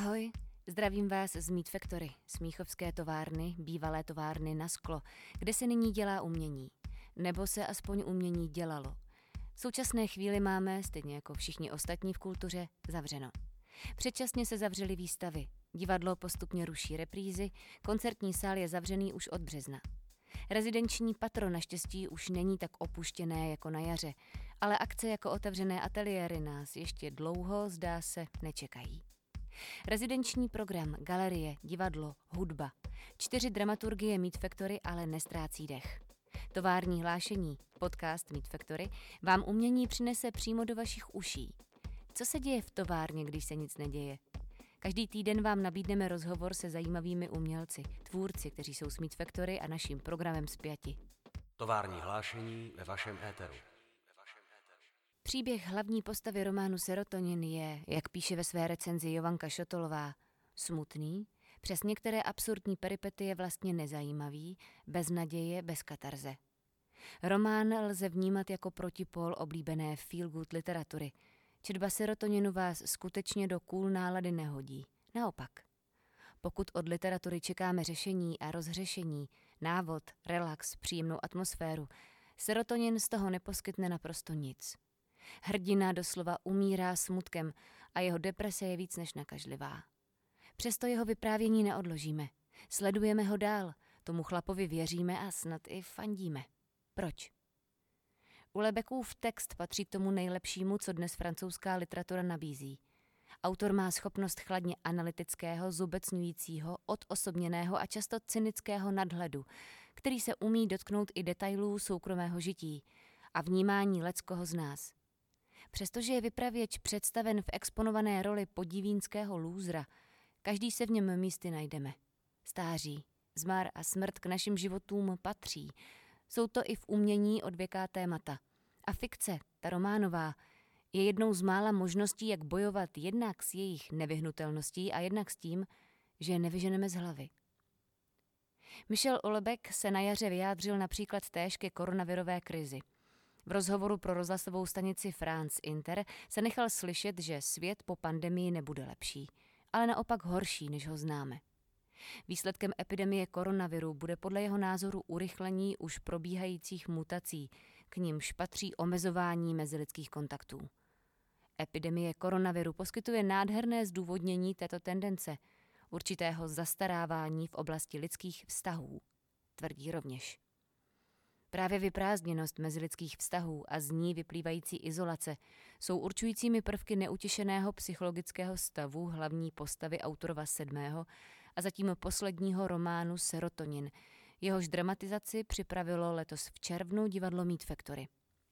Ahoj, zdravím vás z Meat Factory, smíchovské továrny, bývalé továrny na sklo, kde se nyní dělá umění. Nebo se aspoň umění dělalo. V současné chvíli máme, stejně jako všichni ostatní v kultuře, zavřeno. Předčasně se zavřely výstavy, divadlo postupně ruší reprízy, koncertní sál je zavřený už od března. Rezidenční patro naštěstí už není tak opuštěné jako na jaře, ale akce jako otevřené ateliéry nás ještě dlouho, zdá se, nečekají. Rezidenční program, galerie, divadlo, hudba. 4 dramaturgie Meat Factory ale nestrácí dech. Tovární hlášení, podcast Meat Factory, vám umění přinese přímo do vašich uší. Co se děje v továrně, když se nic neděje? Každý týden vám nabídneme rozhovor se zajímavými umělci, tvůrci, kteří jsou s Meat Factory a naším programem spjati. Tovární hlášení ve vašem éteru. Příběh hlavní postavy románu Serotonin je, jak píše ve své recenzi Jovanka Šotolová, smutný, přes některé absurdní peripetie vlastně nezajímavý, bez naděje, bez katarze. Román lze vnímat jako protipól oblíbené feel-good literatury. Četba Serotoninu vás skutečně do cool nálady nehodí. Naopak. Pokud od literatury čekáme řešení a rozhřešení, návod, relax, příjemnou atmosféru, Serotonin z toho neposkytne naprosto nic. Hrdina doslova umírá smutkem a jeho deprese je víc než nakažlivá. Přesto jeho vyprávění neodložíme. Sledujeme ho dál, tomu chlapovi věříme a snad i fandíme. Proč? Houellebecqův text patří k tomu nejlepšímu, co dnes francouzská literatura nabízí. Autor má schopnost chladně analytického, zobecňujícího, odosobněného a často cynického nadhledu, který se umí dotknout i detailů soukromého žití a vnímání leckoho z nás. Přestože je vypravěč představen v exponované roli podivínského lůzra, každý se v něm místy najdeme. Stáří, zmar a smrt k našim životům patří. Jsou to i v umění odvěká témata. A fikce, ta románová, je jednou z mála možností, jak bojovat jednak s jejich nevyhnutelností a jednak s tím, že je nevyženeme z hlavy. Michel Houellebecq se na jaře vyjádřil například též ke koronavirové krizi. V rozhovoru pro rozhlasovou stanici France Inter se nechal slyšet, že svět po pandemii nebude lepší, ale naopak horší, než ho známe. Výsledkem epidemie koronaviru bude podle jeho názoru urychlení už probíhajících mutací, k nimž patří omezování mezilidských kontaktů. Epidemie koronaviru poskytuje nádherné zdůvodnění této tendence, určitého zastarávání v oblasti lidských vztahů, tvrdí rovněž. Právě vyprázdněnost mezilidských vztahů a z ní vyplývající izolace jsou určujícími prvky neutěšeného psychologického stavu hlavní postavy autorova 7. a zatím posledního románu Serotonin. Jehož dramatizaci připravilo letos v červnu divadlo Meat Factory.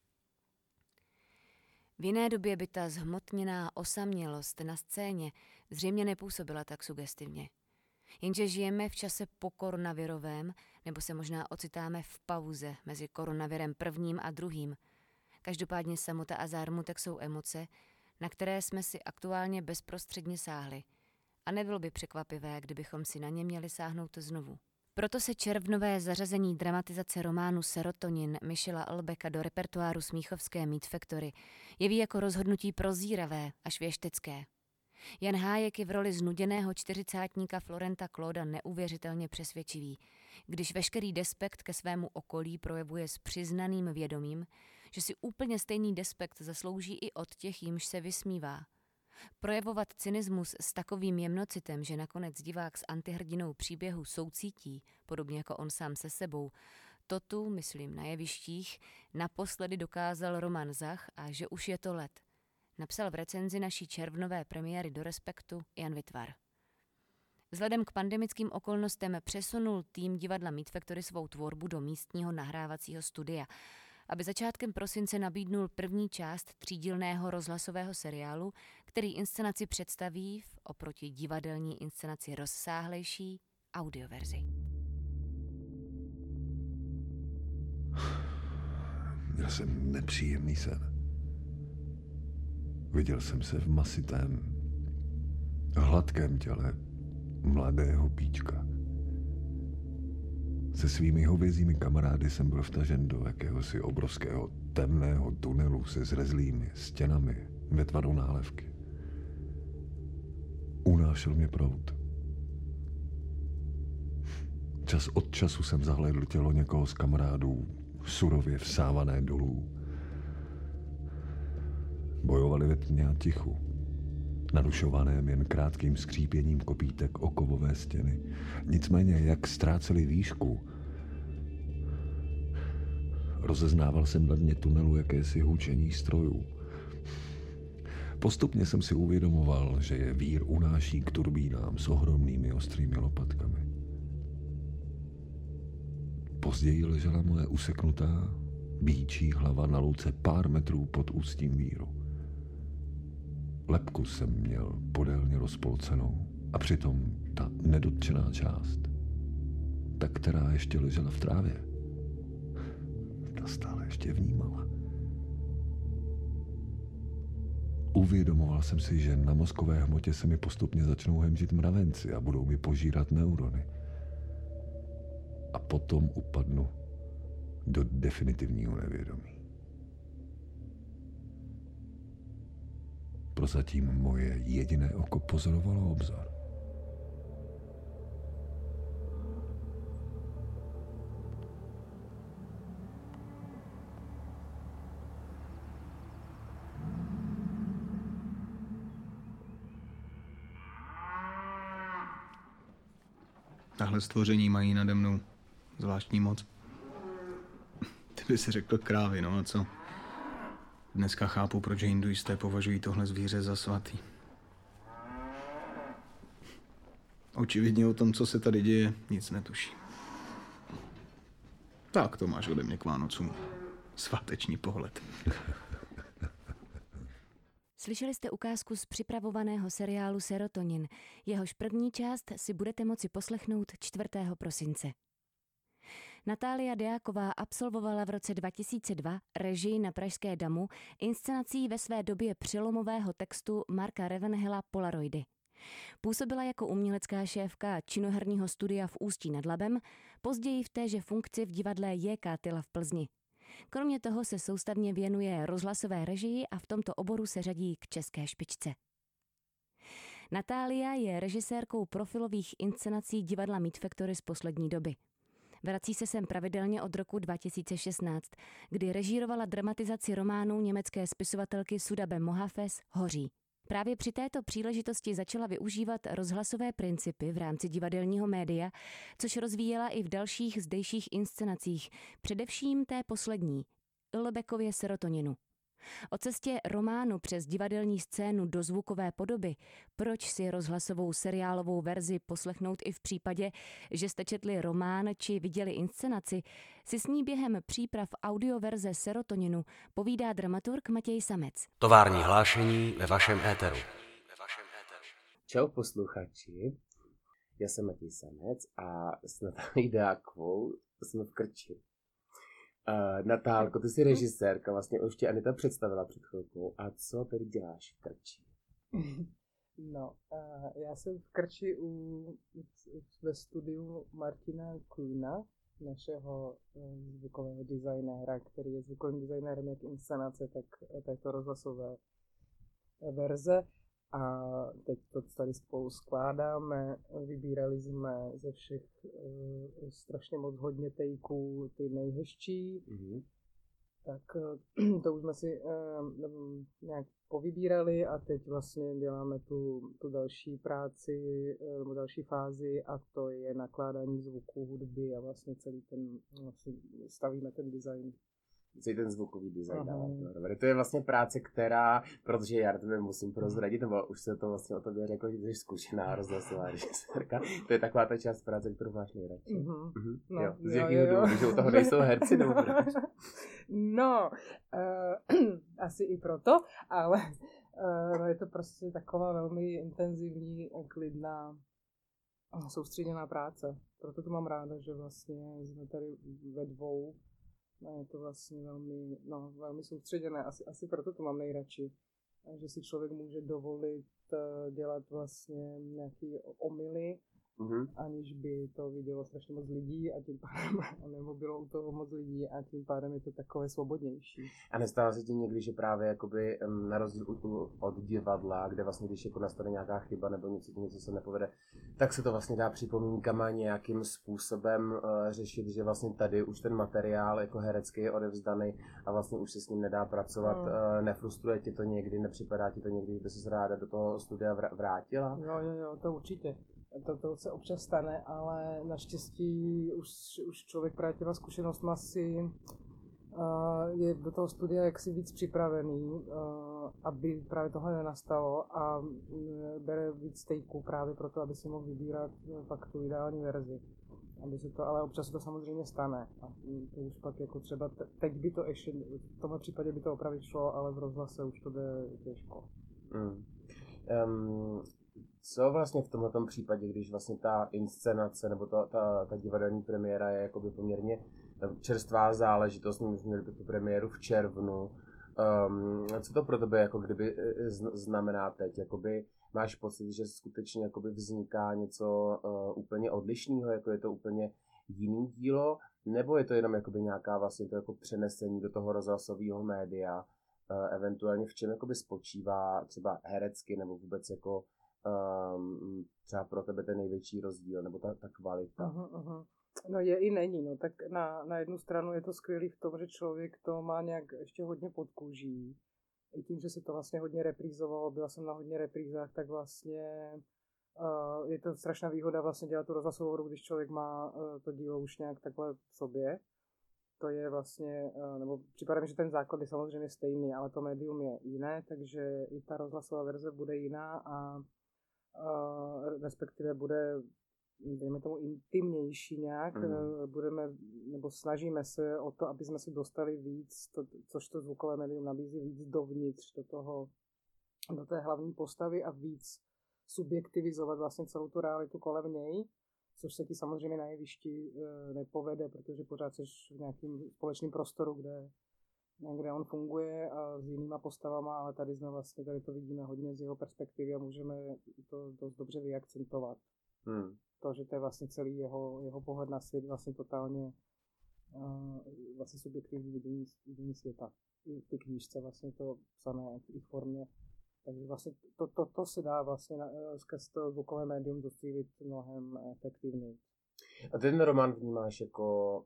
V jiné době by ta zhmotněná osamělost na scéně zřejmě nepůsobila tak sugestivně. Jenže žijeme v čase po koronavirovém, nebo se možná ocitáme v pauze mezi koronavirem prvním a druhým. Každopádně samota a zármutek jsou emoce, na které jsme si aktuálně bezprostředně sáhli. A nebylo by překvapivé, kdybychom si na ně měli sáhnout znovu. Proto se červnové zařazení dramatizace románu Serotonin Michela Houellebecqa do repertoáru smíchovské Meat Factory jeví jako rozhodnutí prozíravé až věštecké. Jan Hájek je v roli znuděného čtyřicátníka Florenta Clauda neuvěřitelně přesvědčivý, když veškerý despekt ke svému okolí projevuje s přiznaným vědomím, že si úplně stejný despekt zaslouží i od těch, jimž se vysmívá. Projevovat cynismus s takovým jemnocitem, že nakonec divák s antihrdinou příběhu soucítí, podobně jako on sám se sebou, to tu, myslím na jevištích, naposledy dokázal Roman Zach a že už je to let. Napsal v recenzi naší červnové premiéry do Respektu Jan Vitvar. Vzhledem k pandemickým okolnostem přesunul tým divadla Meat Factory svou tvorbu do místního nahrávacího studia, aby začátkem prosince nabídnul první část třídílného rozhlasového seriálu, který inscenaci představí v oproti divadelní inscenaci rozsáhlejší audioverzi. Měl jsem nepříjemný sen. Viděl jsem se v masitém, hladkém těle mladého píčka. Se svými hovězími kamarády jsem byl vtažen do jakéhosi obrovského temného tunelu se zrezlými stěnami ve tvaru nálevky. Unášel mě proud. Čas od času jsem zahlédl tělo někoho z kamarádů, surově vsávané dolů. Bojovali ve tmě a tichu, narušovaném jen krátkým skřípěním kopítek o kovové stěny. Nicméně, jak ztráceli výšku, rozeznával jsem na dně tunelu jakési hučení strojů. Postupně jsem si uvědomoval, že je vír unáší k turbínám s ohromnými ostrými lopatkami. Později ležela moje useknutá, býčí hlava na louce pár metrů pod ústím víru. Lebku jsem měl podélně rozpolcenou a přitom ta nedotčená část, ta, která ještě ležela v trávě, ta stále ještě vnímala. Uvědomoval jsem si, že na mozkové hmotě se mi postupně začnou hemžit mravenci a budou mi požírat neurony. A potom upadnu do definitivního nevědomí. Prozatím moje jediné oko pozorovalo obzor. Tahle stvoření mají nade mnou zvláštní moc. Ty by si řekl krávy, no a co? Dneska chápu, proč hinduisté považují tohle zvíře za svatý. Očividně o tom, co se tady děje, nic netuší. Tak to máš ode mě k Vánocům. Sváteční pohled. Slyšeli jste ukázku z připravovaného seriálu Serotonin. Jehož první část si budete moci poslechnout 4. prosince. Natália Deáková absolvovala v roce 2002 režii na pražské Damu inscenací ve své době přelomového textu Marka Ravenhilla Polaroidy. Působila jako umělecká šéfka činoherního studia v Ústí nad Labem, později v téže funkci v divadle J.K. Tyla v Plzni. Kromě toho se soustavně věnuje rozhlasové režii a v tomto oboru se řadí k české špičce. Natália je režisérkou profilových inscenací divadla Meat Factory z poslední doby. Vrací se sem pravidelně od roku 2016, kdy režírovala dramatizaci románu německé spisovatelky Sudabe Mohafes Hoří. Právě při této příležitosti začala využívat rozhlasové principy v rámci divadelního média, což rozvíjela i v dalších zdejších inscenacích, především té poslední, Ilbekově Serotoninu. O cestě románu přes divadelní scénu do zvukové podoby, proč si rozhlasovou seriálovou verzi poslechnout i v případě, že jste četli román či viděli inscenaci, si s ní během příprav audioverze Serotoninu povídá dramaturg Matěj Samec. Tovární hlášení ve vašem éteru. Čau posluchači, já jsem Matěj Samec a s Natálií Deákovou jsme v Krči. Natálko, ty jsi režisérka, vlastně už tě Anita představila před chvilkou. A co tedy děláš v Krči? No, já jsem v Krči ve studiu Martina Kühna, našeho zvukového designéra, který je zvukovým designérem jak inscenace, tak této rozhlasové verze. A teď to tady spolu skládáme, vybírali jsme ze všech strašně moc hodně tejků, ty nejhezčí, tak to už jsme si nějak povybírali a teď vlastně děláme tu další práci, další fázi a to je nakládání zvuku, hudby a vlastně celý ten, vlastně stavíme ten design. Celý ten zvukový design. To je vlastně práce, která, protože já tebe musím prozradit, nebo už se to vlastně o tobě řekl, že jsi zkušená rozhlasová režisérka. To je taková ta část práce, kterou máš nejradši. No, jo. Z jakého důvodu, že u toho nejsou herci, nebo proč? No, asi i proto, ale je to prostě taková velmi intenzivní, klidná, soustředěná práce. Proto to mám ráda, že vlastně jsme tady ve dvou. Je to vlastně velmi soustředěné, asi proto to mám nejradši, že si člověk může dovolit dělat vlastně nějaké omyly aniž by to vidělo strašně moc lidí a tím pádem, nebo bylo u toho moc lidí a tím pádem je to takové svobodnější. A nestává se ti někdy, že právě jakoby na rozdíl od divadla, kde vlastně když jako nastane nějaká chyba nebo něco se nepovede, tak se to vlastně dá připomínkama nějakým způsobem řešit, že vlastně tady už ten materiál jako herecký je odevzdaný a vlastně už se s ním nedá pracovat. Nefrustruje ti to někdy, nepřipadá ti to někdy, že by ses ráda do toho studia vrátila? Jo, to určitě. To se občas stane, ale naštěstí už člověk právě těma zkušenostma si je do toho studia jaksi víc připravený, aby právě tohle nenastalo a bere víc taků právě proto, aby si mohl vybírat pak tu ideální verzi. Aby se to, ale občas to samozřejmě stane. A to už pak jako třeba teď by to ještě, v tomhle případě by to opravit šlo, ale v rozhlase už to jde těžko. Co vlastně v tomto případě, když vlastně ta inscenace nebo ta divadelní premiéra je jakoby poměrně čerstvá záležitost, my jsme měli tu premiéru v červnu, co to pro tebe jako kdyby znamená teď? Jakoby máš pocit, že skutečně jakoby vzniká něco úplně odlišného, jako je to úplně jiný dílo, nebo je to jenom jakoby nějaká vlastně to jako přenesení do toho rozhlasového média, eventuálně v čem jakoby spočívá třeba herecky nebo vůbec jako třeba pro tebe ten největší rozdíl, nebo ta kvalita? No je i není, no tak na jednu stranu je to skvělý v tom, že člověk to má nějak ještě hodně pod kůží. I tím, že se to vlastně hodně reprízovalo, byla jsem na hodně reprízách, tak vlastně je to strašná výhoda vlastně dělat tu rozhlasovou hru, když člověk má to dílo už nějak takhle v sobě. To je vlastně, nebo připadá mi, že ten základ je samozřejmě stejný, ale to médium je jiné, takže i ta rozhlasová verze bude jiná a respektive bude, dejme tomu, intimnější nějak. Budeme, nebo snažíme se o to, aby jsme se dostali víc, což to zvukové médium nabízí, víc dovnitř do té hlavní postavy a víc subjektivizovat vlastně celou tu realitu kolem něj, což se ti samozřejmě na jevišti nepovede, protože pořád jsi v nějakém společném prostoru, kde on funguje a s jinýma postavama, ale tady to vidíme hodně z jeho perspektivy a můžeme to dost dobře vyakcentovat. To, že to je vlastně celý jeho pohled na svět, vlastně totálně vlastně subjektivní vidění světa. I ty knížce vlastně to psané v ich formě. Takže vlastně to se dá vlastně skrz to zvukové médium docílit mnohem efektivněji. A ten román vnímáš jako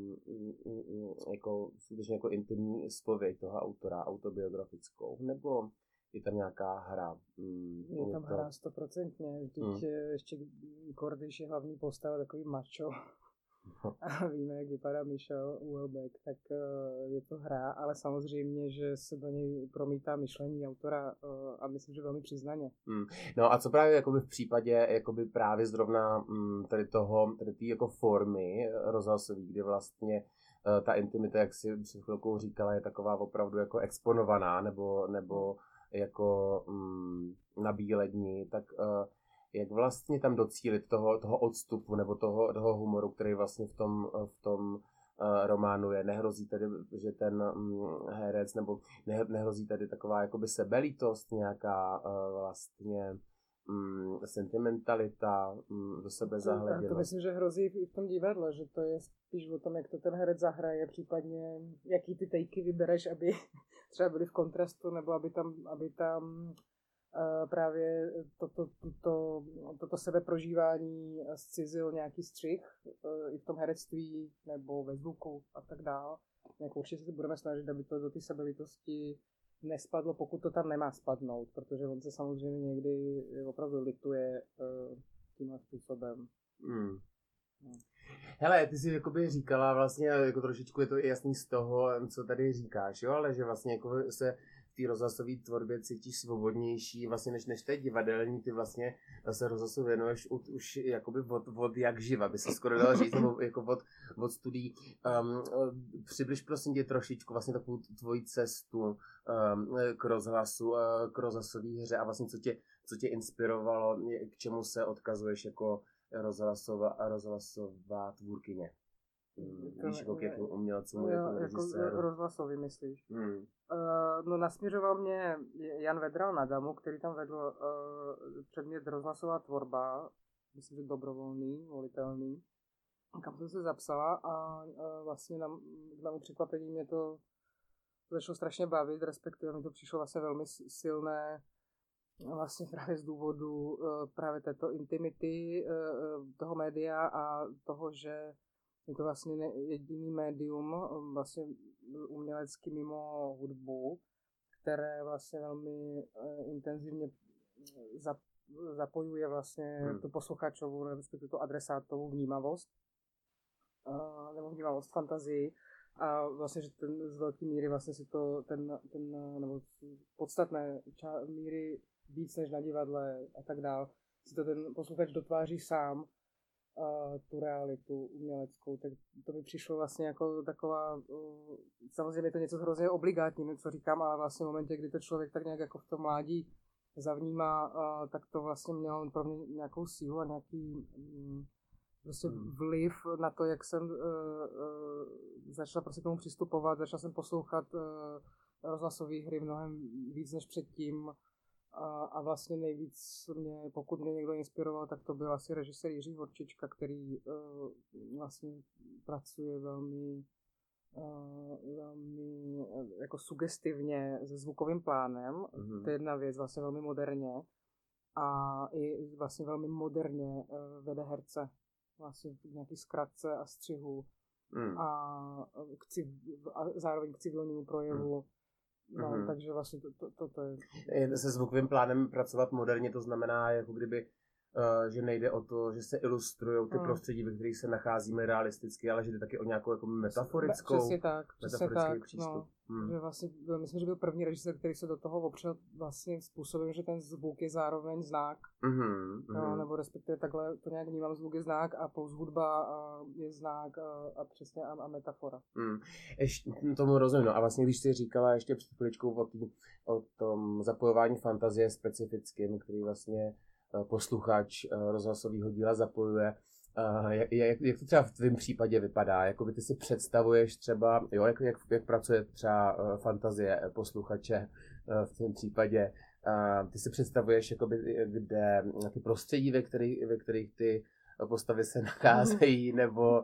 skutečně jako intimní zpověď toho autora, autobiografickou, nebo je tam nějaká hra? Je tam hra 100%. Vždyť ještě Kordyš je hlavní postava, takový macho. A víme, jak vypadá Michel Houellebecq, tak je to hra, ale samozřejmě, že se do něj promítá myšlení autora a myslím, že velmi přiznaně. No a co právě jakoby v případě jakoby právě zrovna tady té jako formy rozhlasový, kdy vlastně ta intimita, jak si před chvilkou říkala, je taková opravdu jako exponovaná nebo jako na bílé dni, tak jak vlastně tam docílit toho odstupu nebo toho humoru, který vlastně v tom románu je. Nehrozí tady, že ten herec, nebo nehrozí tady taková jakoby sebelítost, nějaká vlastně sentimentalita, do sebe zahleděnost. To myslím, že hrozí i v tom divadle, že to je spíš o tom, jak to ten herec zahraje, případně jaký ty takey vybereš, aby třeba byly v kontrastu, nebo aby tam právě toto sebeprožívání zcizil nějaký střih i v tom herectví nebo ve zvuku a tak dále. Jak určitě se budeme snažit, aby to do té sebelitosti nespadlo, pokud to tam nemá spadnout, protože on se samozřejmě někdy opravdu lituje tímhle způsobem. Hele, ty jsi jakoby říkala vlastně, jako trošičku je to jasný z toho, co tady říkáš, jo, ale že vlastně jako se v té rozhlasové tvorbě cítíš svobodnější vlastně než té divadelní, ty vlastně se rozhlasu věnuješ už jakoby od jak živa, by se skoro dalo říct, nebo jako od studií. Přibliž prosím tě trošičku vlastně takovou tvoji cestu k rozhlasu, k rozhlasové hře a vlastně co tě inspirovalo, k čemu se odkazuješ jako rozhlasová tvůrkyně. Víš, jako k jakým umělcům, jako režiséru. Rozhlasový myslíš? No nasměřoval mě Jan Vedral na Damu, který tam vedl předmět rozhlasová tvorba myslím, že dobrovolný, volitelný, kam jsem se zapsala a vlastně k mému překvapení mě to začalo strašně bavit, respektive mi to přišlo vlastně velmi silné, vlastně právě z důvodu právě této intimity toho média a toho, že je to vlastně jediný médium vlastně umělecky mimo hudbu, které vlastně velmi intenzivně zapojuje vlastně tu posluchačovou, respektive tu adresátovou vnímavost, nebo vnímavost fantazii. A vlastně, že z velké míry vlastně si to nebo podstatné míry víc než na divadle a tak dál, si to ten posluchač dotváří sám, tu realitu uměleckou, tak to mi přišlo vlastně jako taková, samozřejmě je to něco hrozně obligátní, co říkám, ale vlastně v momentě, kdy to člověk tak nějak jako v tom mládí zavnímá, tak to vlastně mělo pro mě nějakou sílu a nějaký prostě vliv na to, jak jsem začala prostě k tomu přistupovat, začala jsem poslouchat rozhlasové hry mnohem víc než předtím a vlastně nejvíc pokud mě někdo inspiroval, tak to byl asi režisér Jiří Horčička, který vlastně pracuje velmi jako sugestivně se zvukovým plánem, to je jedna věc, vlastně velmi moderně a i vlastně velmi moderně vede herce. Vlastně v nějaký zkratce a střihu a zároveň k civilnímu projevu. No, takže vlastně to je... Se zvukovým plánem pracovat moderně, to znamená, jako kdyby, že nejde o to, že se ilustrujou ty prostředí, ve kterých se nacházíme realisticky, ale že jde taky o nějakou jako metaforickou, přesně tak, přístup. No, že vlastně, myslím, že byl první režisér, který se do toho opřel vlastně způsobem, že ten zvuk je zároveň znak, no, nebo respektive takhle to nějak vnímám, zvuk je znak a plus hudba je znak a přesně a metafora. Ještě tomu rozumím, no a vlastně když jsi říkala ještě před chviličkou o tom zapojování fantazie specifickým, který vlastně posluchač rozhlasového díla zapojuje. Jak to třeba v tvém případě vypadá? Jakoby ty si představuješ třeba, jo, jak pracuje třeba fantazie posluchače v tom případě? Ty si představuješ, jakoby, kde ty prostředí, ve kterých ty postavy se nacházejí, nebo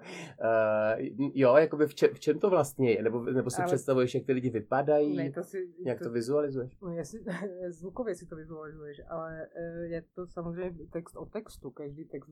jo, jakoby v čem to vlastně je? Nebo si představuješ, jak ty lidi vypadají? Jak to vizualizuješ? No, zvukově si to vizualizuješ, ale je to samozřejmě text o textu. Každý text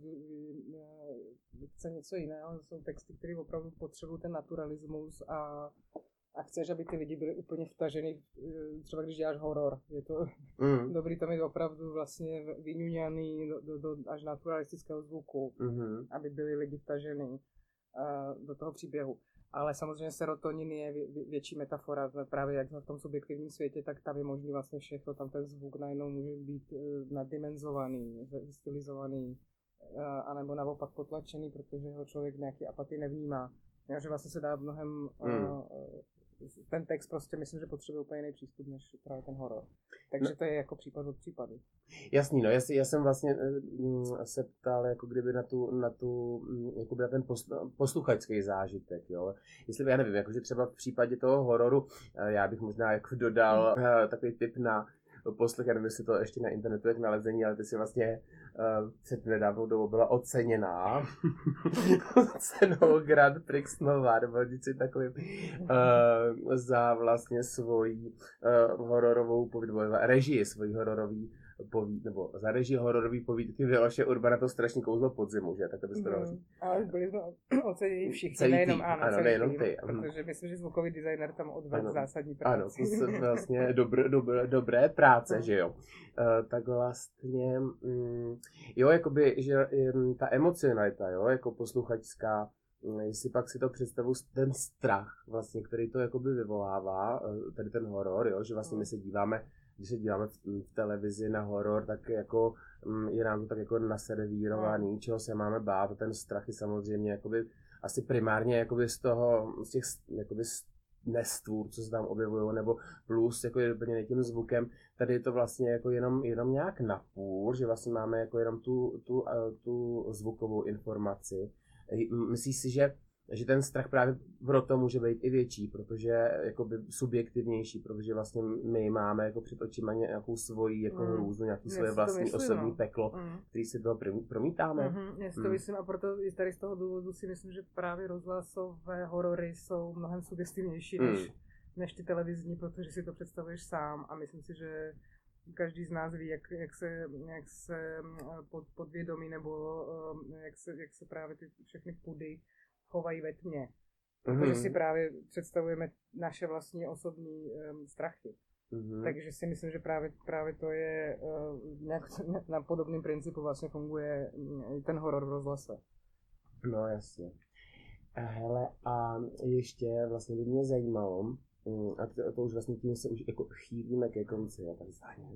chce něco jiného. Jsou texty, které opravdu potřebují ten naturalismus a chceš, aby ty lidi byli úplně vtažený, třeba když děláš horor. Je to dobrý tam je opravdu vlastně vyňuňaný do až naturalistického zvuku, aby byli lidi vtažený do toho příběhu. Ale samozřejmě serotonin je větší metafora, právě jak v tom subjektivním světě, tak tam je možný vlastně všechno, tam ten zvuk najednou může být naddimenzovaný, stylizovaný, anebo naopak potlačený, protože ho člověk nějaký apatii nevnímá. Takže vlastně se dá mnohem ten text prostě myslím, že potřebuje úplně jiný přístup než právě ten horor. Takže to je jako případ od případu. Jasný, no já jsem vlastně se ptal jako kdyby na ten posluchačský zážitek, jo. Jestli já nevím, jakože třeba v případě toho hororu, já bych možná jako dodal takový tip na poslech, já nevím, jestli to ještě na internetu je k nalezení, ale ty si vlastně před nedávnou dobou byla oceněná cenou Grand Prix Nova, nebo něco takovým, za vlastně svoji hororovou povídku, režii svojí hororový nebo za režii hororový povídky Miloše Urbana To strašný kouzlo podzimu, že? Tak to bys to dal říct. Ale byli jsme oceněni všichni, celý nejenom, tým, ano, nejenom ty. Protože myslím, že zvukový designer tam odvedl zásadní práci. Ano, to jsou vlastně dobré práce, že jo. Tak vlastně, jo, jakoby, že ta emocionalita, jo, jako posluchačská, jestli pak si to představu, ten strach, vlastně, který to jakoby vyvolává, tady ten horor, jo, že vlastně my se díváme, když se díváme v televizi na horor, tak jako je nám to tak jako naservírovaný, čeho se máme bát, a ten strach je samozřejmě jakoby asi primárně jakoby z těch jakoby nestvůr, co se tam objevují, nebo plus jako je doplněný tím zvukem. Tady je to vlastně jako jenom nějak napůl, že vlastně máme jako jenom tu zvukovou informaci. Myslíš si, že že ten strach právě proto může být i větší, protože jakoby subjektivnější, protože vlastně my máme jako před očima nějakou svoji jako hrůzu, nějaký svoje vlastní osobní peklo, který si toho promítáme. Já si to myslím, a proto i tady z toho důvodu si myslím, že právě rozhlasové horory jsou mnohem sugestivnější než ty televizní, protože si to představuješ sám a myslím si, že každý z nás ví, jak se podvědomí nebo jak se právě ty všechny pudy chovají ve tmě. Protože si právě představujeme naše vlastní osobní strachy. Takže si myslím, že právě to je nějak na podobném principu vlastně funguje ten horor v rozhlase. No jasně. Hele, a ještě vlastně by mě zajímalo, a to už vlastně tím se už jako chýlíme ke konci, a takzvaně.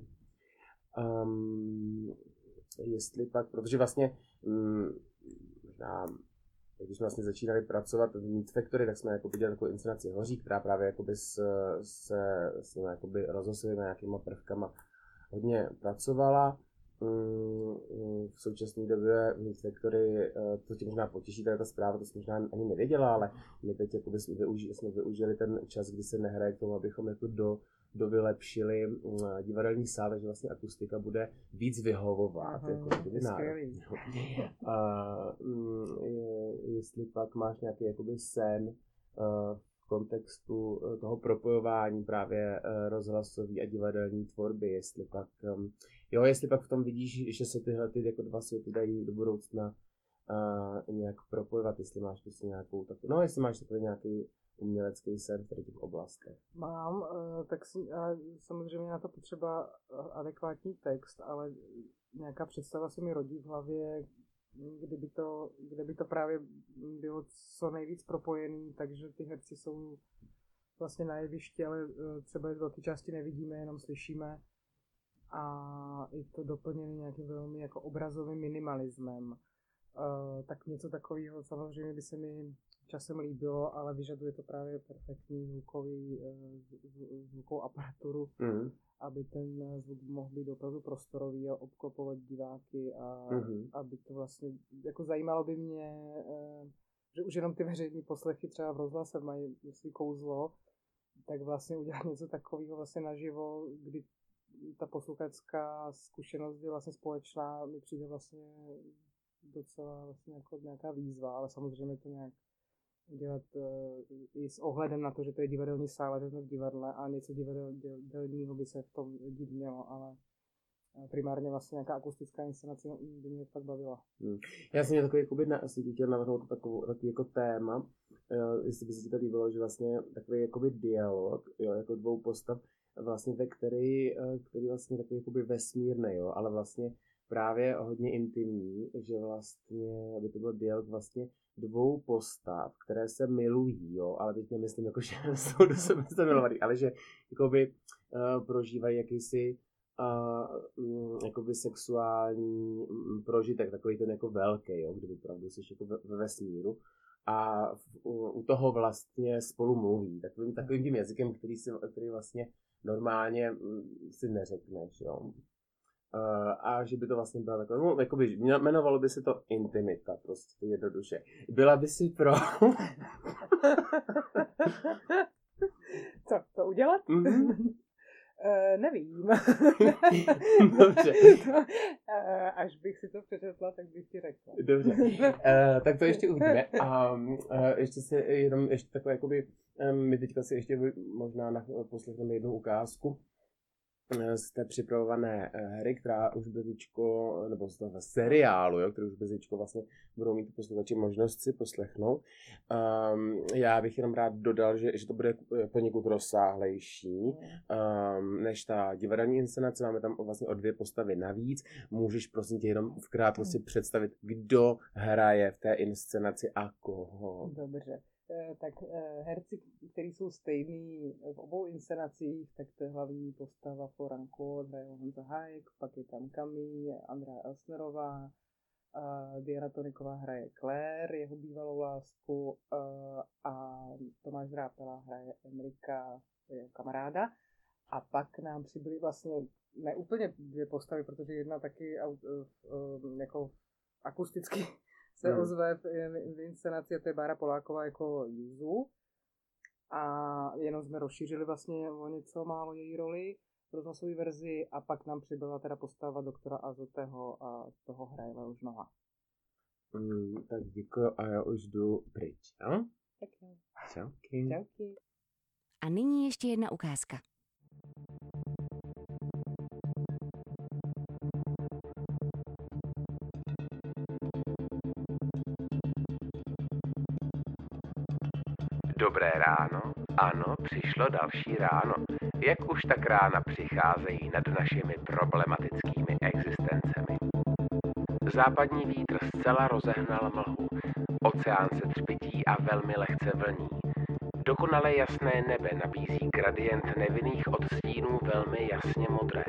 Jestli pak, protože vlastně možná, když jsme vlastně začínali pracovat v Meat Factory, tak jsme jako dělali takovou inscenaci Hoří, která právě jakoby s jakoby rozhlasovými nějakýma prvkama hodně pracovala. V současné době v Meat Factory, to tě možná potěší, ta zpráva, to jsem možná ani nevěděla, ale my teď jakoby jsme využili ten čas, kdy se nehraje k tomu, abychom jako dovylepšili divadelní sál, takže vlastně akustika bude víc vyhovovat. Jestli pak máš nějaký jakoby sen v kontextu toho propojování právě rozhlasový a divadelní tvorby, jestli pak v tom vidíš, že se tyhle jako dva světy dají do budoucna nějak propojovat, jestli máš prostě nějakou takovou, no jestli máš takový nějaký umělecký sen v těch oblastech. Mám, tak samozřejmě na to potřeba adekvátní text, ale nějaká představa se mi rodí v hlavě, kde by to právě bylo co nejvíc propojený, takže ty herci jsou vlastně na jevišti, ale třeba z velké části nevidíme, jenom slyšíme. A je to doplněné nějakým velmi jako obrazovým minimalismem. Tak něco takového samozřejmě by se mi časem líbilo, ale vyžaduje to právě perfektní zvukovou aparaturu, aby ten zvuk mohl být opravdu prostorový a obklopovat diváky a aby to vlastně, jako zajímalo by mě, že už jenom ty veřejné poslechy třeba v rozhlase mají svý kouzlo, tak vlastně udělat něco takového vlastně naživo, kdy ta posluchačská zkušenost je vlastně společná, mi přijde vlastně docela vlastně jako nějaká výzva, ale samozřejmě to nějak dělat i s ohledem na to, že to je divadelní sál, že jsme v divadle a něco divadelního by se v tom dít mělo, ale primárně vlastně nějaká akustická inscenace by mě fakt bavila. Já jsem měl takový, asi chtěl navrhnout takový jako téma, jestli by se ti to líbilo, že vlastně takový jakoby dialog, jo, jako dvou postav, vlastně který vlastně takový jakoby vesmírný, jo, ale vlastně právě hodně intimní, že vlastně, aby to byl dialog vlastně dvou postav, které se milují, jo, ale teď nemyslím jako, že jsou do sebe milovaný, ale že jakoby prožívají jakýsi jakoby sexuální prožitek, takový ten jako velký, jo, kdy opravdu jsi jako ve vesmíru a u toho vlastně spolu mluví, takovým tím jazykem, který vlastně normálně si neřekneš, jo. A že by to vlastně bylo takové, no, jakoby, jmenovalo by se to intimita, prostě jednoduše. Byla by si pro... Co, to udělat? Nevím. Dobře. Až bych si to přečetla, tak bych ti řekla. Dobře. Tak to ještě uvidíme. A ještě se jenom, ještě takové, jakoby, my teďka si ještě možná poslechneme jednu ukázku z té připravované hry, která už bezičko, nebo z toho seriálu, jo, který už bezičko vlastně budou mít posluchači možnost si poslechnout. Já bych jenom rád dodal, že to bude poněkud rozsáhlejší než ta divadelní inscenace. Máme tam vlastně o 2 postavy navíc. Můžeš prosím tě jenom v krátkosti představit, kdo hraje v té inscenaci a koho. Dobře. Tak herci, kteří jsou stejný v obou inscenacích, tak to je hlavní postava Floranko, hraje Honza Hájek, pak je tam Camille, Andrea Elsnerová, Diana Toniková hraje Claire, jeho bývalou lásku, a Tomáš Drápela hraje Emrika, jeho kamaráda. A pak nám přibyly vlastně ne úplně 2 postavy, protože jedna taky jako akusticky se ozve v inscenaci, to je Bára Poláková jako Juzu. A jenom jsme rozšířili vlastně o něco málo její roli v rozhlasové verzi a pak nám přibyla teda postava doktora Azotého a toho hraje už Noha. Tak děkuji a já už jdu pryč. No? Tak jo. Čauky. Čauky. A nyní ještě jedna ukázka. Dobré ráno, ano, přišlo další ráno. Jak už tak rána přicházejí nad našimi problematickými existencemi. Západní vítr zcela rozehnal mlhu. Oceán se třpytí a velmi lehce vlní. Dokonale jasné nebe nabízí gradient nevinných odstínů velmi jasně modré.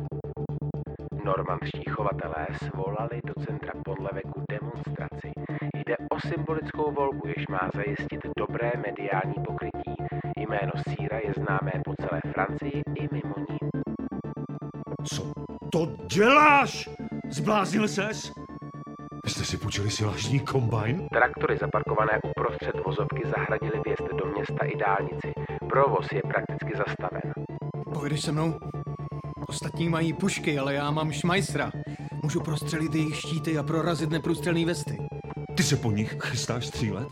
Normandští chovatelé svolali do centra Podleveku demonstraci. Jde o symbolickou volbu, jež má zajistit dobré mediální pokrytí. Jméno sýra je známé po celé Francii i mimo ní. Co to děláš? Zbláznil ses? Jste si půjčili silažní kombajn? Traktory zaparkované uprostřed vozovky zahradily vjezd do města i dálnici. Provoz je prakticky zastaven. Pojedeš se mnou? Ostatní mají pušky, ale já mám šmajsra. Můžu prostřelit jejich štíty a prorazit neprůstřelný vesty. Ty se po nich chystáš střílet?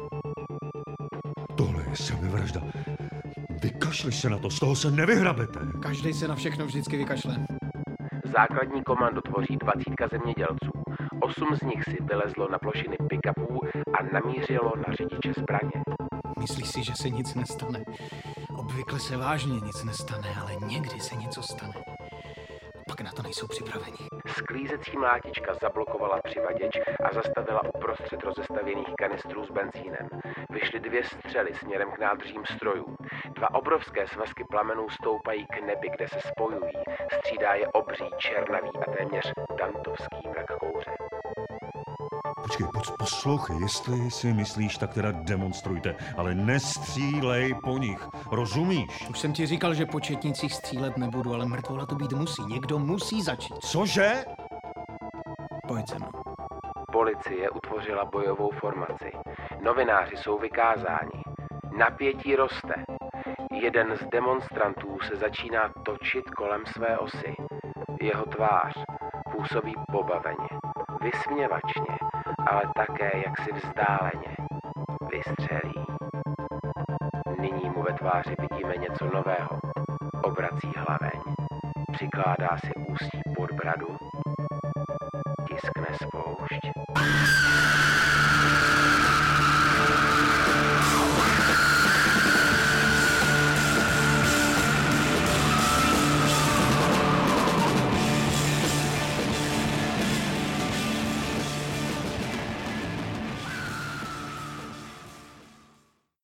Tohle je sebevražda. Vykašli se na to, z toho se nevyhrabete. Každej se na všechno vždycky vykašle. Základní komando tvoří 20 zemědělců. 8 z nich si vylezlo na plošiny pick-upů a namířilo na řidiče zbraně. Myslíš si, že se nic nestane? Obvykle se vážně nic nestane, ale někdy se něco stane. Pak na to nejsou připraveni. Sklízecí mlátička zablokovala přivaděč a zastavila uprostřed rozestavěných kanistrů s benzínem. Vyšly 2 střely směrem k nádržím strojů. 2 obrovské svazky plamenů stoupají k nebi, kde se spojují. Střídá je obří, černavý a téměř dantovský mrak kouře. Počkej, poslouchej, jestli si myslíš, tak teda demonstrujte, ale nestřílej po nich, rozumíš? Už jsem ti říkal, že po četnicích střílet nebudu, ale mrtvola to být musí. Někdo musí začít. Cože? Pojď se mnou. Policie utvořila bojovou formaci. Novináři jsou vykázáni. Napětí roste. Jeden z demonstrantů se začíná točit kolem své osy. Jeho tvář působí pobaveně, vysměvačně, ale také jaksi vzdáleně. Vystřelí. Nyní mu ve tváři vidíme něco nového. Obrací hlaveň, přikládá si ústí pod bradu, tiskne spoušť.